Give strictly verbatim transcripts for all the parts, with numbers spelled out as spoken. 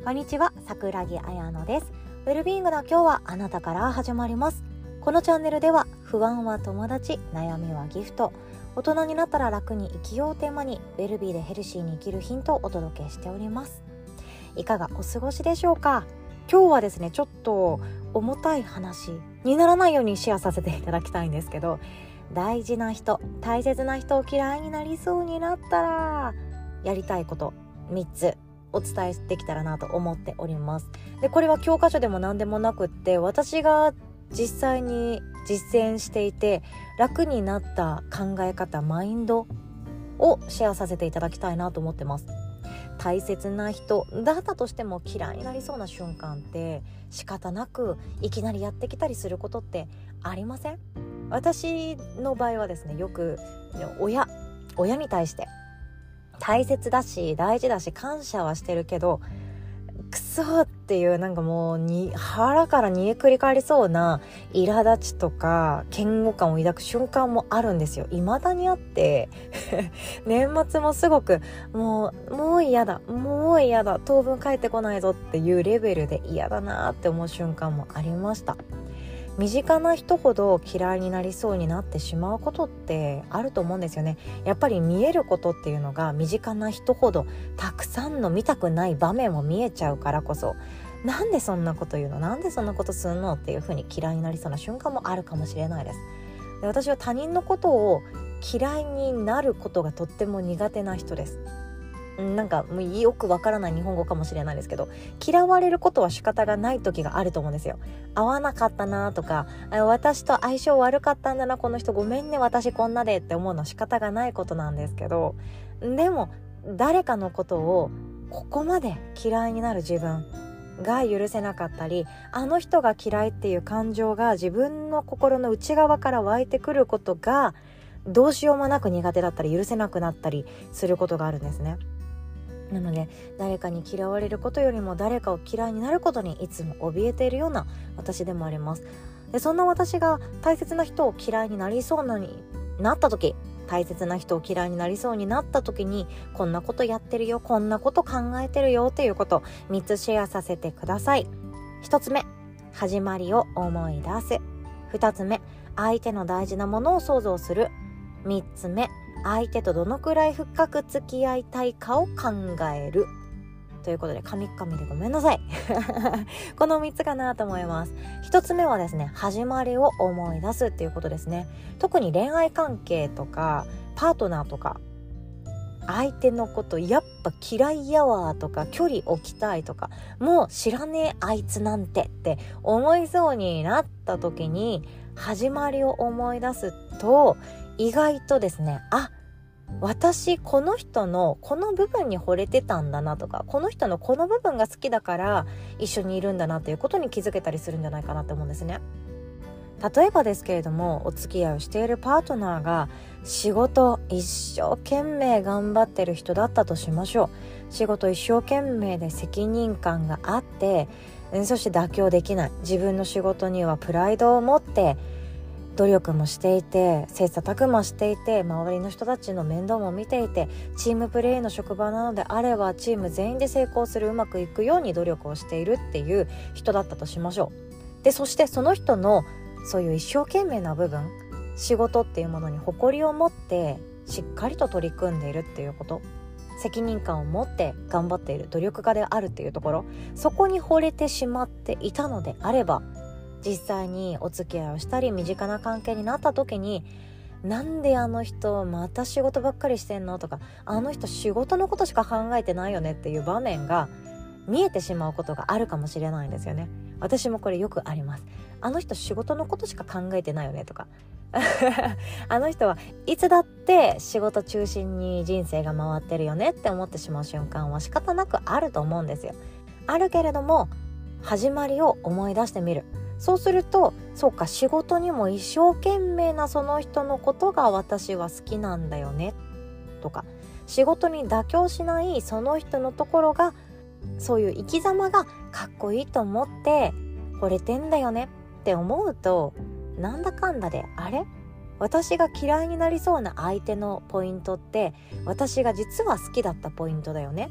こんにちは、桜木彩乃です。ウェルビーイングな今日はあなたから始まります。このチャンネルでは不安は友達、悩みはギフト、大人になったら楽に生きようをテーマにウェルビーでヘルシーに生きるヒントをお届けしております。いかがお過ごしでしょうか。今日はですね、ちょっと重たい話にならないようにシェアさせていただきたいんですけど、大事な人、大切な人を嫌いになりそうになったらやりたいことみっつお伝えできたらなと思っております。で、これは教科書でも何でもなくって、私が実際に実践していて楽になった考え方、マインドをシェアさせていただきたいなと思ってます。大切な人だったとしても嫌いになりそうな瞬間って仕方なくいきなりやってきたりすることってありません？私の場合はですね、よく親親に対して大切だし大事だし感謝はしてるけど、クソっていうなんかもうに腹から煮えくり返りそうな苛立ちとか嫌悪感を抱く瞬間もあるんですよ。未だにあって年末もすごくもうもう嫌だもう嫌だ当分帰ってこないぞっていうレベルで嫌だなって思う瞬間もありました。身近な人ほど嫌いになりそうになってしまうことってあると思うんですよね。やっぱり見えることっていうのが身近な人ほどたくさんの見たくない場面も見えちゃうからこそ、なんでそんなこと言うの、なんでそんなことすんのっていう風に嫌いになりそうな瞬間もあるかもしれないです。で、私は他人のことを嫌いになることがとっても苦手な人です。なんかもうよくわからない日本語かもしれないですけど、嫌われることは仕方がない時があると思うんですよ。合わなかったなとか、私と相性悪かったんだなこの人、ごめんね私こんなでって思うのは仕方がないことなんですけど、でも誰かのことをここまで嫌いになる自分が許せなかったり、あの人が嫌いっていう感情が自分の心の内側から湧いてくることがどうしようもなく苦手だったり許せなくなったりすることがあるんですね。なので誰かに嫌われることよりも誰かを嫌いになることにいつも怯えているような私でもあります。で、そんな私が大切な人を嫌いになりそうなになった時大切な人を嫌いになりそうになった時に、こんなことやってるよ、こんなこと考えてるよっていうことみっつシェアさせてください。ひとつめ、始まりを思い出す。ふたつめ、相手の大事なものを想像する。みっつめ、相手とどのくらい深く付き合いたいかを考える。ということで、噛み噛みでごめんなさいこのみっつかなと思います。ひとつめはですね、始まりを思い出すっていうことですね。特に恋愛関係とかパートナーとか、相手のことやっぱ嫌いやわとか距離置きたいとか、もう知らねえあいつなんてって思いそうになった時に始まりを思い出すと、意外とですね、あ、私この人のこの部分に惚れてたんだなとか、この人のこの部分が好きだから一緒にいるんだなということに気づけたりするんじゃないかなと思うんですね。例えばですけれども、お付き合いをしているパートナーが仕事一生懸命頑張ってる人だったとしましょう。仕事一生懸命で責任感があって、そして妥協できない、自分の仕事にはプライドを持って努力もしていて、切磋琢磨していて、周りの人たちの面倒も見ていて、チームプレーの職場なのであればチーム全員で成功する、うまくいくように努力をしているっていう人だったとしましょう。で、そしてその人のそういう一生懸命な部分、仕事っていうものに誇りを持ってしっかりと取り組んでいるっていうこと、責任感を持って頑張っている努力家であるっていうところ、そこに惚れてしまっていたのであれば、実際にお付き合いをしたり身近な関係になった時に、なんであの人また仕事ばっかりしてんのとか、あの人仕事のことしか考えてないよねっていう場面が見えてしまうことがあるかもしれないんですよね。私もこれよくあります。あの人仕事のことしか考えてないよねとかあの人はいつだって仕事中心に人生が回ってるよねって思ってしまう瞬間は仕方なくあると思うんですよ。あるけれども、始まりを思い出してみる。そうすると、そうか、仕事にも一生懸命なその人のことが私は好きなんだよねとか、仕事に妥協しないその人のところが、そういう生き様がかっこいいと思って惚れてんだよねって思うと、なんだかんだで、あれ、私が嫌いになりそうな相手のポイントって私が実は好きだったポイントだよね。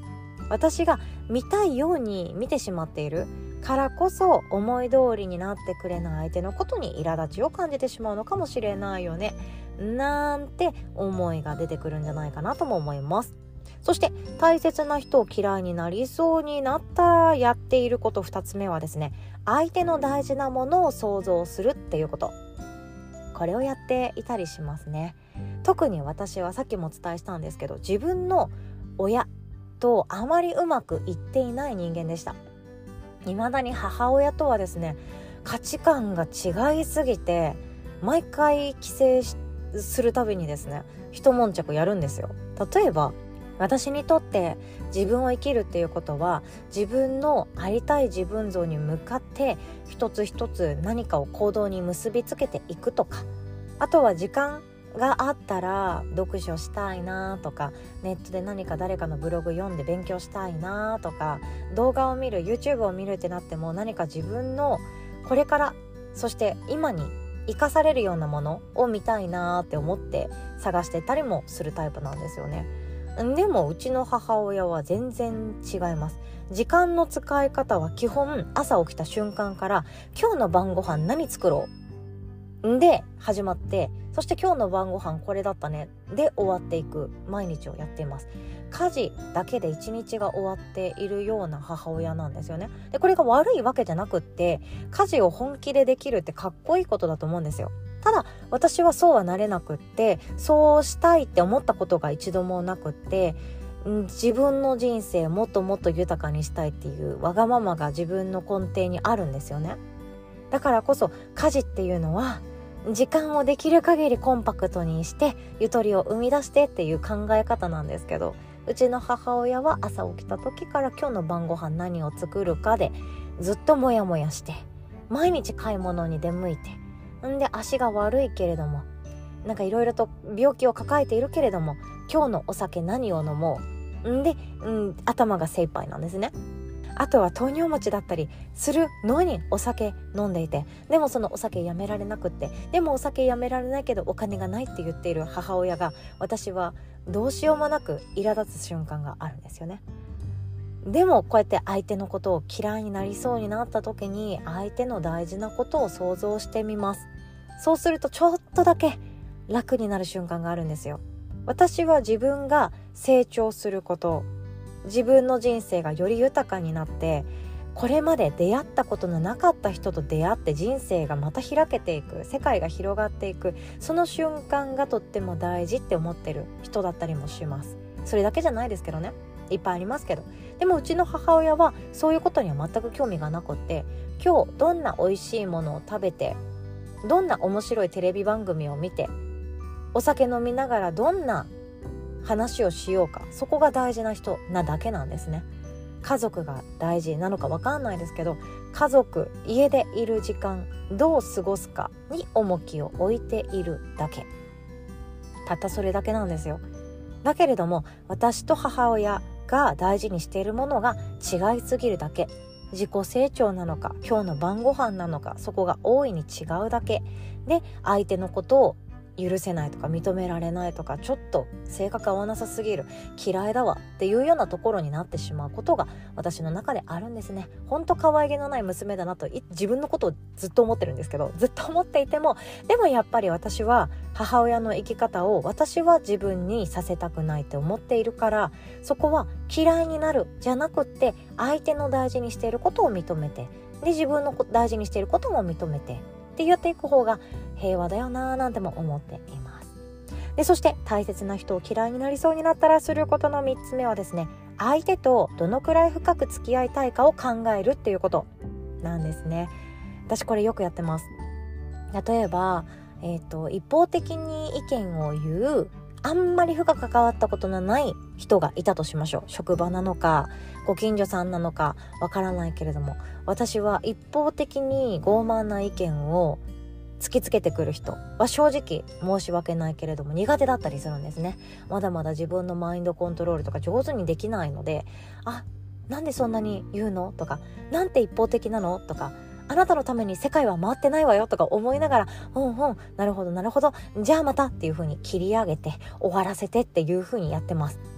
私が見たいように見てしまっているからこそ、思い通りになってくれない相手のことに苛立ちを感じてしまうのかもしれないよね、なんて思いが出てくるんじゃないかなとも思います。そして大切な人を嫌いになりそうになったらやっていることふたつめはですね、相手の大事なものを想像するっていうこと。これをやっていたりしますね。特に私はさっきもお伝えしたんですけど、自分の親とあまりうまくいっていない人間でした。未だに母親とはですね、価値観が違いすぎて、毎回帰省するたびにですね、一悶着やるんですよ。例えば私にとって自分を生きるっていうことは、自分のありたい自分像に向かって一つ一つ何かを行動に結びつけていくとか、あとは時間があったら読書したいなとか、ネットで何か誰かのブログ読んで勉強したいなとか、動画を見る YouTube を見るってなっても、何か自分のこれからそして今に生かされるようなものを見たいなって思って探してたりもするタイプなんですよね。でもうちの母親は全然違います。時間の使い方は基本朝起きた瞬間から、今日の晩ご飯何作ろうで始まって、そして今日の晩ご飯これだったねで終わっていく毎日をやっています。家事だけで一日が終わっているような母親なんですよね。でこれが悪いわけじゃなくって、家事を本気でできるってかっこいいことだと思うんですよ。ただ私はそうはなれなくって、そうしたいって思ったことが一度もなくって、自分の人生もっともっと豊かにしたいっていうわがままが自分の根底にあるんですよね。だからこそ家事っていうのは、時間をできる限りコンパクトにしてゆとりを生み出してっていう考え方なんですけど、うちの母親は朝起きた時から今日の晩ご飯何を作るかでずっとモヤモヤして、毎日買い物に出向いて、んで足が悪いけれども、なんかいろいろと病気を抱えているけれども、今日のお酒何を飲もうんで、うん、頭が精一杯なんですね。あとは糖尿持ちだったりするのにお酒飲んでいて、でもそのお酒やめられなくって、でもお酒やめられないけどお金がないって言っている母親が、私はどうしようもなく苛立つ瞬間があるんですよね。でもこうやって相手のことを嫌いになりそうになった時に、相手の大事なことを想像してみます。そうするとちょっとだけ楽になる瞬間があるんですよ。私は自分が成長すること、自分の人生がより豊かになって、これまで出会ったことのなかった人と出会って人生がまた開けていく、世界が広がっていく、その瞬間がとっても大事って思ってる人だったりもします。それだけじゃないですけどね、いっぱいありますけど、でもうちの母親はそういうことには全く興味がなくって、今日どんな美味しいものを食べて、どんな面白いテレビ番組を見て、お酒飲みながらどんな話をしようか、そこが大事な人なだけなんですね。家族が大事なのか分かんないですけど、家族、家でいる時間どう過ごすかに重きを置いているだけ、たったそれだけなんですよ。だけれども私と母親が大事にしているものが違いすぎるだけ、自己成長なのか今日の晩ご飯なのか、そこが大いに違うだけで、相手のことを許せないとか認められないとか、ちょっと性格合わなさすぎる、嫌いだわっていうようなところになってしまうことが私の中であるんですね。ほんと可愛げのない娘だなと自分のことをずっと思ってるんですけど、ずっと思っていても、でもやっぱり私は母親の生き方を私は自分にさせたくないって思っているから、そこは嫌いになるじゃなくって、相手の大事にしていることを認めて、で自分の大事にしていることも認めてってやっていく方が平和だよなーなんても思っています。でそして大切な人を嫌いになりそうになったらすることのみっつめはですね、相手とどのくらい深く付き合いたいかを考えるっていうことなんですね。私これよくやってます。例えば、えーと、一方的に意見を言う、あんまり深く関わったことのない人がいたとしましょう。職場なのかご近所さんなのかわからないけれども、私は一方的に傲慢な意見を突きつけてくる人は正直申し訳ないけれども苦手だったりするんですね。まだまだ自分のマインドコントロールとか上手にできないので、あ、なんでそんなに言うのとか、なんて一方的なのとか、あなたのために世界は回ってないわよとか思いながら、うんうん、なるほどなるほど、じゃあまたっていう風に切り上げて終わらせてっていう風にやってます。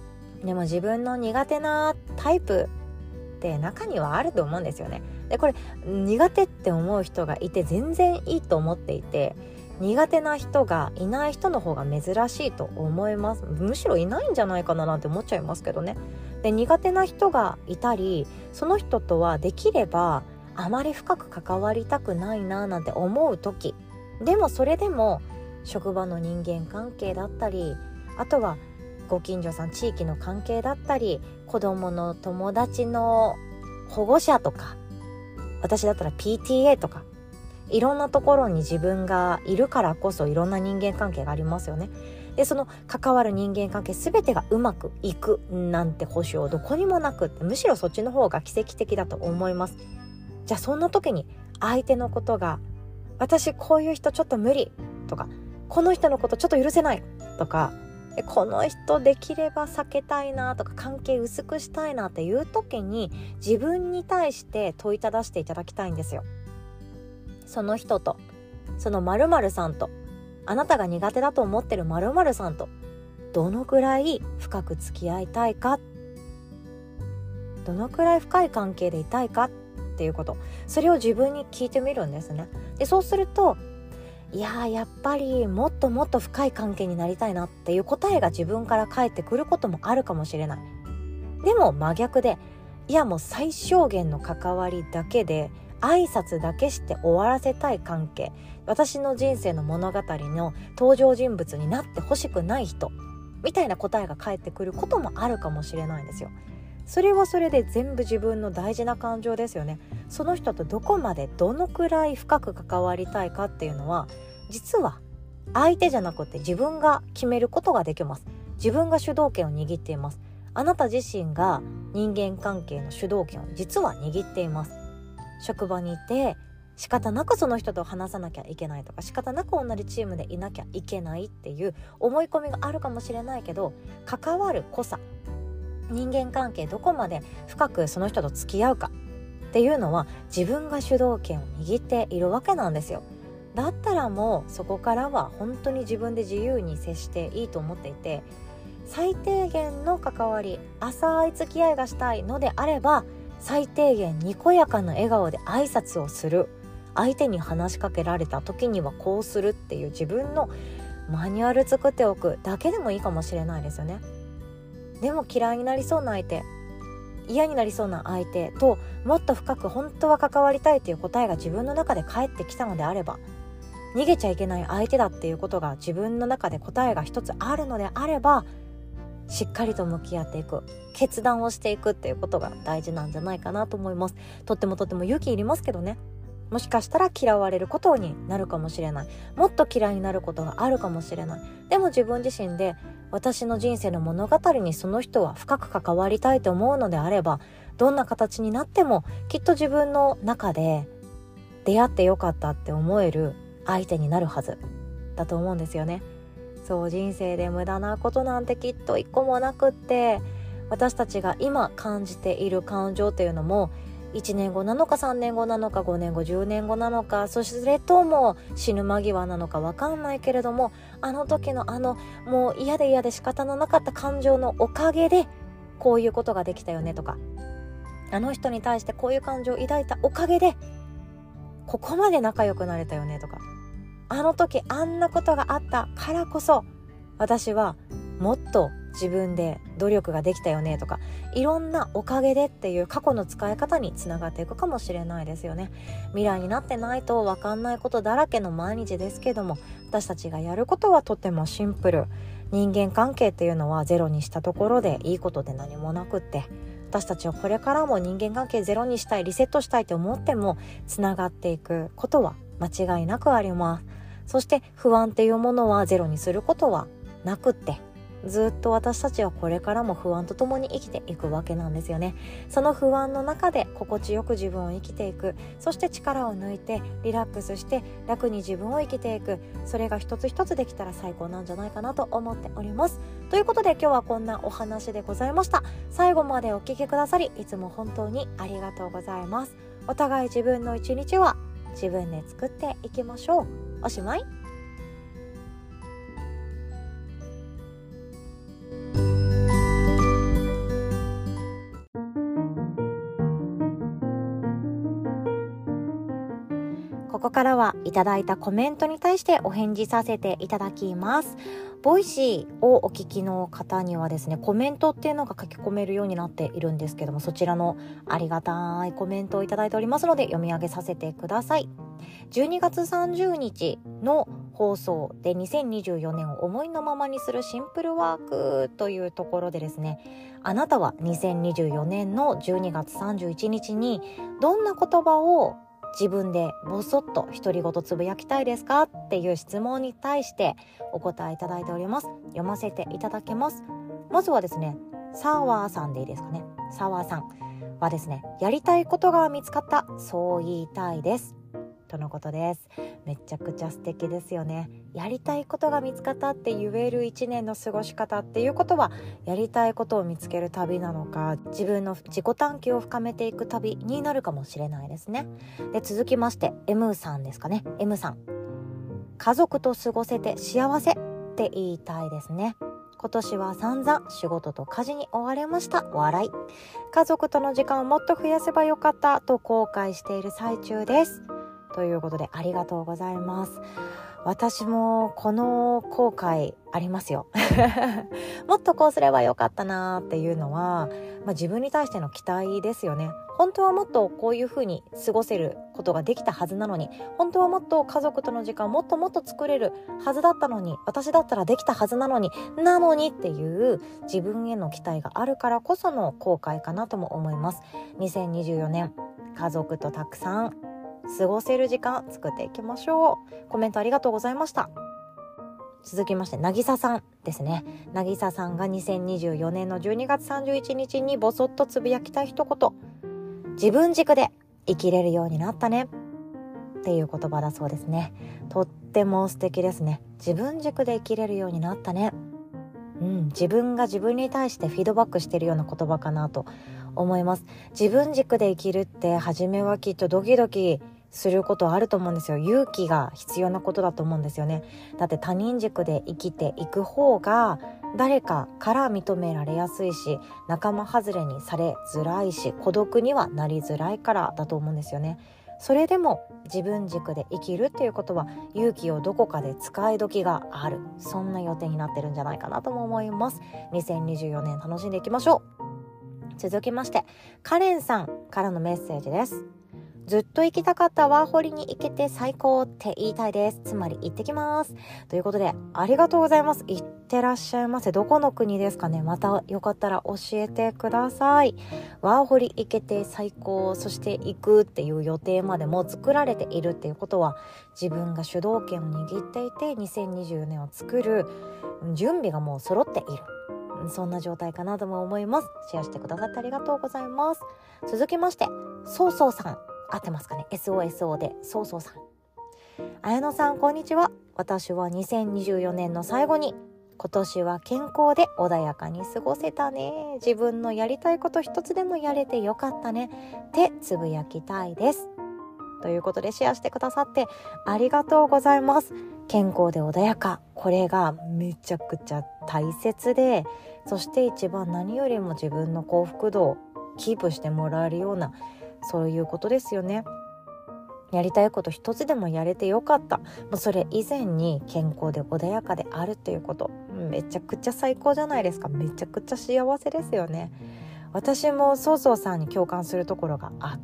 でも自分の苦手なタイプって中にはあると思うんですよね。でこれ苦手って思う人がいて全然いいと思っていて、苦手な人がいない人の方が珍しいと思います。むしろいないんじゃないかななんて思っちゃいますけどね。で苦手な人がいたり、その人とはできればあまり深く関わりたくないななんて思う時でも、それでも職場の人間関係だったり、あとはご近所さん地域の関係だったり、子供の友達の保護者とか、私だったら ピーティーエー とか、いろんなところに自分がいるからこそいろんな人間関係がありますよね。でその関わる人間関係全てがうまくいくなんて保証どこにもなくって、むしろそっちの方が奇跡的だと思います。じゃあそんな時に相手のことが、私こういう人ちょっと無理とか、この人のことちょっと許せないとか、この人できれば避けたいなとか、関係薄くしたいなっていう時に自分に対して問いただしていただきたいんですよ。その人と、その〇〇さんと、あなたが苦手だと思ってる〇〇さんとどのくらい深く付き合いたいか、どのくらい深い関係でいたいかっていうこと、それを自分に聞いてみるんですね。でそうすると、いややっぱりもっともっと深い関係になりたいなっていう答えが自分から返ってくることもあるかもしれない。でも真逆で、いやもう最小限の関わりだけで挨拶だけして終わらせたい関係、私の人生の物語の登場人物になってほしくない人みたいな答えが返ってくることもあるかもしれないんですよ。それはそれで全部自分の大事な感情ですよね。その人とどこまでどのくらい深く関わりたいかっていうのは、実は相手じゃなくて自分が決めることができます。自分が主導権を握っています。あなた自身が人間関係の主導権を実は握っています。職場にいて仕方なくその人と話さなきゃいけないとか、仕方なく同じチームでいなきゃいけないっていう思い込みがあるかもしれないけど、関わる濃さ、人間関係どこまで深くその人と付き合うかっていうのは自分が主導権を握っているわけなんですよ。だったらもうそこからは本当に自分で自由に接していいと思っていて、最低限の関わり、浅い付き合いがしたいのであれば、最低限にこやかな笑顔で挨拶をする、相手に話しかけられた時にはこうするっていう自分のマニュアル作っておくだけでもいいかもしれないですよね。でも嫌いになりそうな相手、嫌になりそうな相手ともっと深く本当は関わりたいという答えが自分の中で返ってきたのであれば、逃げちゃいけない相手だっていうことが自分の中で答えが一つあるのであれば、しっかりと向き合っていく、決断をしていくっていうことが大事なんじゃないかなと思います。とってもとっても勇気いりますけどね。もしかしたら嫌われることになるかもしれない、もっと嫌いになることがあるかもしれない。でも自分自身で私の人生の物語にその人は深く関わりたいと思うのであれば、どんな形になってもきっと自分の中で出会ってよかったって思える相手になるはずだと思うんですよね。そう、人生で無駄なことなんてきっと一個もなくって、私たちが今感じている感情というのもいちねんごなのかさんねんごなのかごねんごじゅうねんごなのか、それとも死ぬ間際なのか分かんないけれども、あの時のあのもう嫌で嫌で仕方のなかった感情のおかげでこういうことができたよねとか、あの人に対してこういう感情を抱いたおかげでここまで仲良くなれたよねとか、あの時あんなことがあったからこそ私はもっと自分で努力ができたよねとか、いろんなおかげでっていう過去の使い方につながっていくかもしれないですよね。未来になってないと分かんないことだらけの毎日ですけども、私たちがやることはとてもシンプル。人間関係っていうのはゼロにしたところでいいことで何もなくって、私たちはこれからも人間関係ゼロにしたい、リセットしたいと思ってもつながっていくことは間違いなくあります。そして不安っていうものはゼロにすることはなくって、ずっと私たちはこれからも不安とともに生きていくわけなんですよね。その不安の中で心地よく自分を生きていく、そして力を抜いてリラックスして楽に自分を生きていく、それが一つ一つできたら最高なんじゃないかなと思っております。ということで今日はこんなお話でございました。最後までお聞きくださりいつも本当にありがとうございます。お互い自分の一日は自分で作っていきましょう。おしまい。 こからはいただいたコメントに対してお返事させていただきます。ボイシーをお聞きの方にはですね、コメントっていうのが書き込めるようになっているんですけども、そちらのありがたいコメントをいただいておりますので読み上げさせてください。じゅうにがつさんじゅうにちの放送でにせんにじゅうよねんを思いのままにするシンプルワークというところでですね、あなたはにせんにじゅうよねんのじゅうにがつさんじゅういちにちにどんな言葉を自分でぼそっと独り言つぶやきたいですかっていう質問に対してお答えいただいております。読ませていただきます。まずはですね、サワーさんでいいですかね。サワーさんはですね、やりたいことが見つかった、そう言いたいですとのことです。めちゃくちゃ素敵ですよね。やりたいことが見つかったって言えるいちねんの過ごし方っていうことは、やりたいことを見つける旅なのか、自分の自己探求を深めていく旅になるかもしれないですね。で、続きまして M さんですかね。 M さん、家族と過ごせて幸せって言いたいですね。今年は散々仕事と家事に追われました。笑い。家族との時間をもっと増やせばよかったと後悔している最中ですということで、ありがとうございます。私もこの後悔ありますよもっとこうすればよかったなっていうのは、まあ、自分に対しての期待ですよね。本当はもっとこういう風に過ごせることができたはずなのに、本当はもっと家族との時間をもっともっと作れるはずだったのに、私だったらできたはずなのになのにっていう自分への期待があるからこその後悔かなとも思います。にせんにじゅうよねん、家族とたくさん過ごせる時間作っていきましょう。コメントありがとうございました。続きましてなぎささんですね。なぎささんがにせんにじゅうよねんのじゅうにがつさんじゅういちにちにぼそっとつぶやきたい一言、自分軸で生きれるようになったねっていう言葉だそうですね。とっても素敵ですね。自分軸で生きれるようになったね。うん、自分が自分に対してフィードバックしているような言葉かなと思います。自分軸で生きるって初めはきっとドキドキすることあると思うんですよ。勇気が必要なことだと思うんですよね。だって他人軸で生きていく方が誰かから認められやすいし、仲間外れにされづらいし、孤独にはなりづらいからだと思うんですよね。それでも自分軸で生きるっていうことは、勇気をどこかで使い時がある、そんな予定になってるんじゃないかなとも思います。にせんにじゅうよねん楽しんでいきましょう。続きましてカレンさんからのメッセージです。ずっと行きたかったワーホリに行けて最高って言いたいです。つまり行ってきますということで、ありがとうございます。行ってらっしゃいませ。どこの国ですかね。またよかったら教えてください。ワーホリ行けて最高、そして行くっていう予定までも作られているっていうことは、自分が主導権を握っていてにせんにじゅうよねんを作る準備がもう揃っている、そんな状態かなとも思います。シェアしてくださってありがとうございます。続きましてそうそうさん、合ってますかね。 エスオーエスオー でそうそうさん。綾乃さんこんにちは。私はにせんにじゅうよねんの最後に、今年は健康で穏やかに過ごせたね、自分のやりたいこと一つでもやれてよかったねってつぶやきたいですということで、シェアしてくださってありがとうございます。健康で穏やか、これがめちゃくちゃ大切で、そして一番何よりも自分の幸福度をキープしてもらえるような、そういうことですよね。やりたいこと一つでもやれてよかった、もうそれ以前に健康で穏やかであるっていうこと、めちゃくちゃ最高じゃないですか。めちゃくちゃ幸せですよね。私もそうそうさんに共感するところがあって、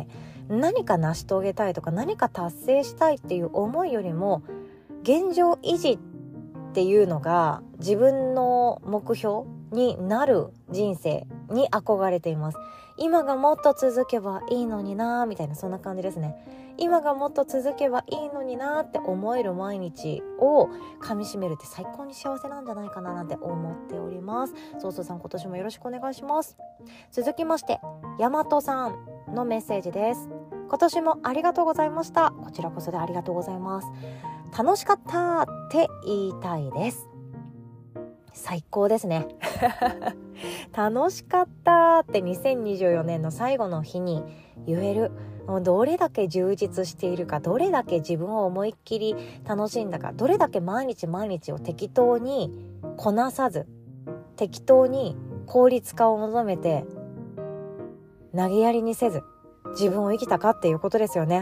何か成し遂げたいとか何か達成したいっていう思いよりも、現状維持っていうのが自分の目標になる人生に憧れています。今がもっと続けばいいのになみたいな、そんな感じですね。今がもっと続けばいいのになって思える毎日を噛み締めるって最高に幸せなんじゃないかななんて思っております。そうそうさん、今年もよろしくお願いします。続きまして大和さんのメッセージです。今年もありがとうございました。こちらこそでありがとうございます。楽しかったって言いたいです。最高ですね楽しかったってにせんにじゅうよねんの最後の日に言える、もうどれだけ充実しているか、どれだけ自分を思いっきり楽しんだか、どれだけ毎日毎日を適当にこなさず、適当に効率化を求めて投げやりにせず自分を生きたかっていうことですよね。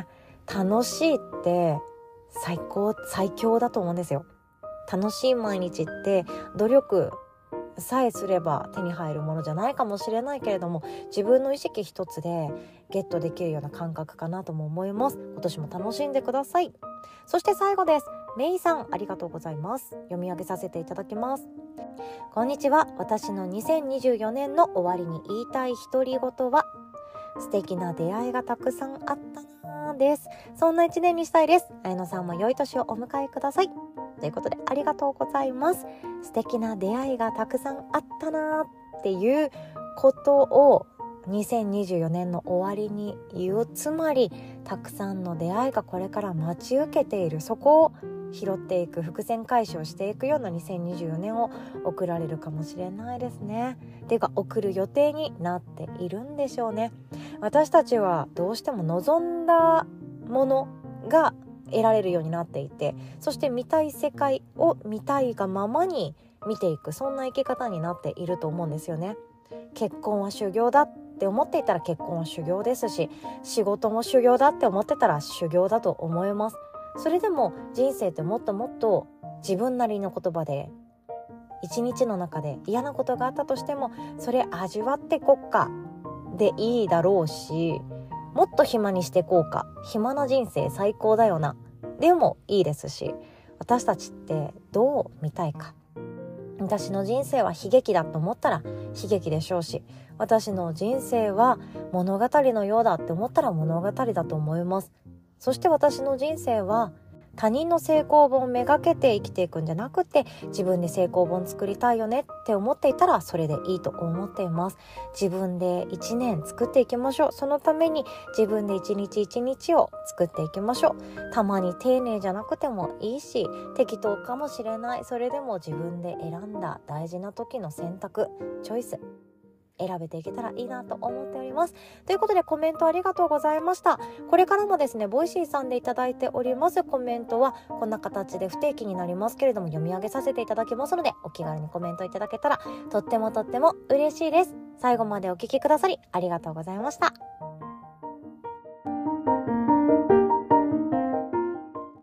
楽しいって最高最強だと思うんですよ。楽しい毎日って努力さえすれば手に入るものじゃないかもしれないけれども、自分の意識一つでゲットできるような感覚かなとも思います。今年も楽しんでください。そして最後です。メイさん、ありがとうございます。読み上げさせていただきます。こんにちは。私のにせんにじゅうよねんの終わりに言いたい独り言は、素敵な出会いがたくさんあったなです。そんな一年にしたいです。綾乃さんも良い年をお迎えください。ということで、ありがとうございます。素敵な出会いがたくさんあったなっていうことをにせんにじゅうよねんの終わりに言う。つまりたくさんの出会いがこれから待ち受けている、そこを拾っていく、伏線回収をしていくようなにせんにじゅうよねんを送られるかもしれないですね。てか送る予定になっているんでしょうね。私たちはどうしても望んだものが得られるようになっていて、そして見たい世界を見たいがままに見ていく、そんな生き方になっていると思うんですよね。結婚は修行だって思っていたら結婚は修行ですし、仕事も修行だって思ってたら修行だと思います。それでも人生ってもっともっと自分なりの言葉で、一日の中で嫌なことがあったとしてもそれ味わってこっかでいいだろうし、もっと暇にしてこうか、暇な人生最高だよなでもいいですし、私たちってどう見たいか。私の人生は悲劇だと思ったら悲劇でしょうし、私の人生は物語のようだって思ったら物語だと思います。そして私の人生は他人の成功本をめがけて生きていくんじゃなくて、自分で成功本作りたいよねって思っていたらそれでいいと思っています。自分で一年作っていきましょう。そのために自分で一日一日を作っていきましょう。たまに丁寧じゃなくてもいいし、適当かもしれない。それでも自分で選んだ大事な時の選択、チョイス選べていけたらいいなと思っております。ということで、コメントありがとうございました。これからもですね、ボイシーさんでいただいておりますコメントはこんな形で不定期になりますけれども読み上げさせていただきますので、お気軽にコメントいただけたらとってもとっても嬉しいです。最後までお聞きくださりありがとうございました。